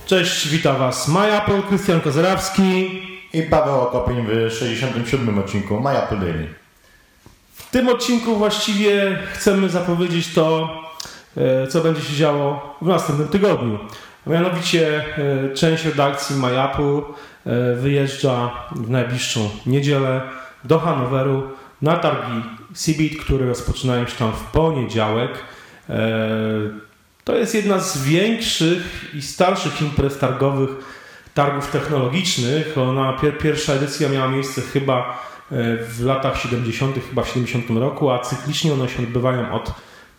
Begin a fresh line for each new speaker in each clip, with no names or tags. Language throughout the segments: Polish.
Cześć, witam Was MyApple, Krystian Kozerawski
i Paweł Okopień w 67. odcinku MyApple Daily.
W tym odcinku właściwie chcemy zapowiedzieć to, co będzie się działo w następnym tygodniu. Mianowicie część redakcji MyApple wyjeżdża w najbliższą niedzielę do Hanoweru na targi CeBIT, które rozpoczynają się tam w poniedziałek. To jest jedna z większych i starszych imprez targowych, targów technologicznych. Pierwsza edycja miała miejsce chyba w latach 70., chyba w 70 roku, a cyklicznie one się odbywają od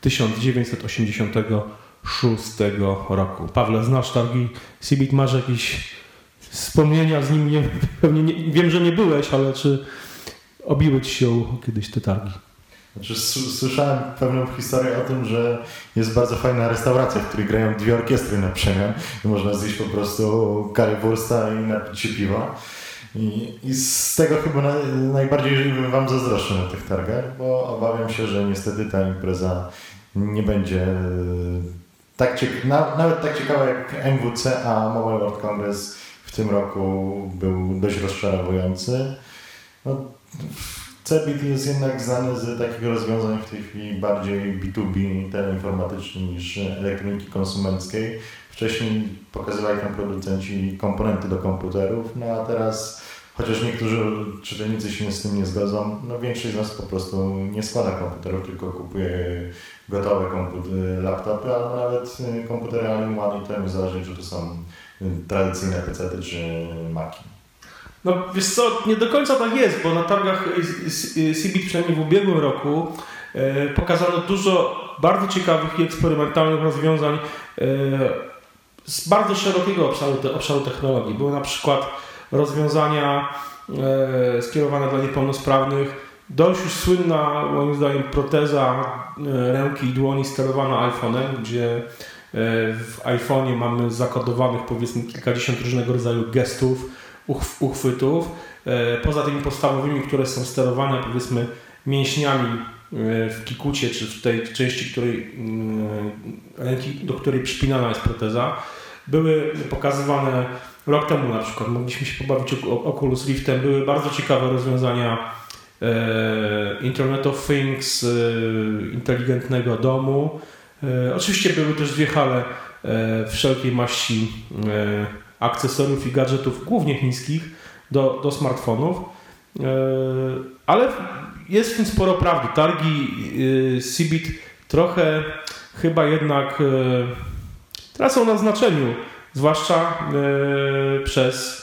1986 roku. Pawle, znasz targi CeBIT? Masz jakieś wspomnienia z nimi? Wiem, że nie byłeś, ale czy obiły Ci się kiedyś te targi?
Znaczy, słyszałem pewną historię o tym, że jest bardzo fajna restauracja, w której grają dwie orkiestry na przemian i można zjeść po prostu currywursta i napić się piwa. I z tego chyba najbardziej Wam zazdroszczę na tych targach, bo obawiam się, że niestety ta impreza nie będzie nawet tak ciekawa jak MWC, a Mobile World Congress w tym roku był dość rozczarowujący. CeBIT jest jednak znany z takich rozwiązań w tej chwili bardziej B2B, teleinformatycznych niż elektroniki konsumenckiej. Wcześniej pokazywali tam producenci komponenty do komputerów, a teraz, chociaż niektórzy czytelnicy się z tym nie zgodzą, większość z nas po prostu nie składa komputerów, tylko kupuje gotowe laptopy, albo nawet komputery all-in-one i to nie zależy, czy to są tradycyjne PC-ty czy Maci.
No wiesz co, nie do końca tak jest, bo na targach CeBIT, przynajmniej w ubiegłym roku, pokazano dużo bardzo ciekawych i eksperymentalnych rozwiązań z bardzo szerokiego obszaru technologii. Były na przykład rozwiązania skierowane dla niepełnosprawnych, dość już słynna moim zdaniem proteza ręki i dłoni sterowana iPhone'em, gdzie w iPhone'ie mamy zakodowanych powiedzmy kilkadziesiąt różnego rodzaju gestów, uchwytów, poza tymi podstawowymi, które są sterowane powiedzmy mięśniami w kikucie, czy w tej części ręki, do której przypinana jest proteza. Były pokazywane rok temu na przykład, mogliśmy się pobawić Oculus Riftem, były bardzo ciekawe rozwiązania Internet of Things, inteligentnego domu. Oczywiście były też dwie hale wszelkiej maści akcesoriów i gadżetów, głównie chińskich, do smartfonów, ale jest w tym sporo prawdy. Targi CeBIT trochę chyba jednak tracą na znaczeniu, zwłaszcza przez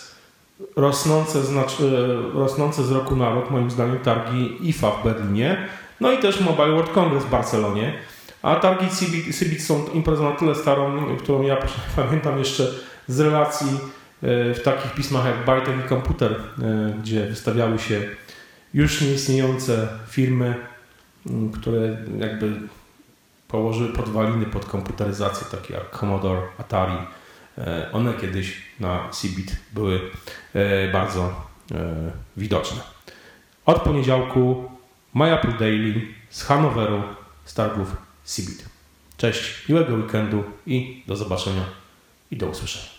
rosnące z roku na rok, moim zdaniem, targi IFA w Berlinie, no i też Mobile World Congress w Barcelonie. A targi CeBIT są imprezą na tyle starą, którą ja pamiętam jeszcze z relacji w takich pismach jak Byte i Komputer, gdzie wystawiały się już nieistniejące firmy, które jakby położyły podwaliny pod komputeryzację, takie jak Commodore, Atari. One kiedyś na CeBIT były bardzo widoczne. Od poniedziałku MyApple Daily z Hanoweru, z targów CeBIT. Cześć, miłego weekendu i do zobaczenia i do usłyszenia.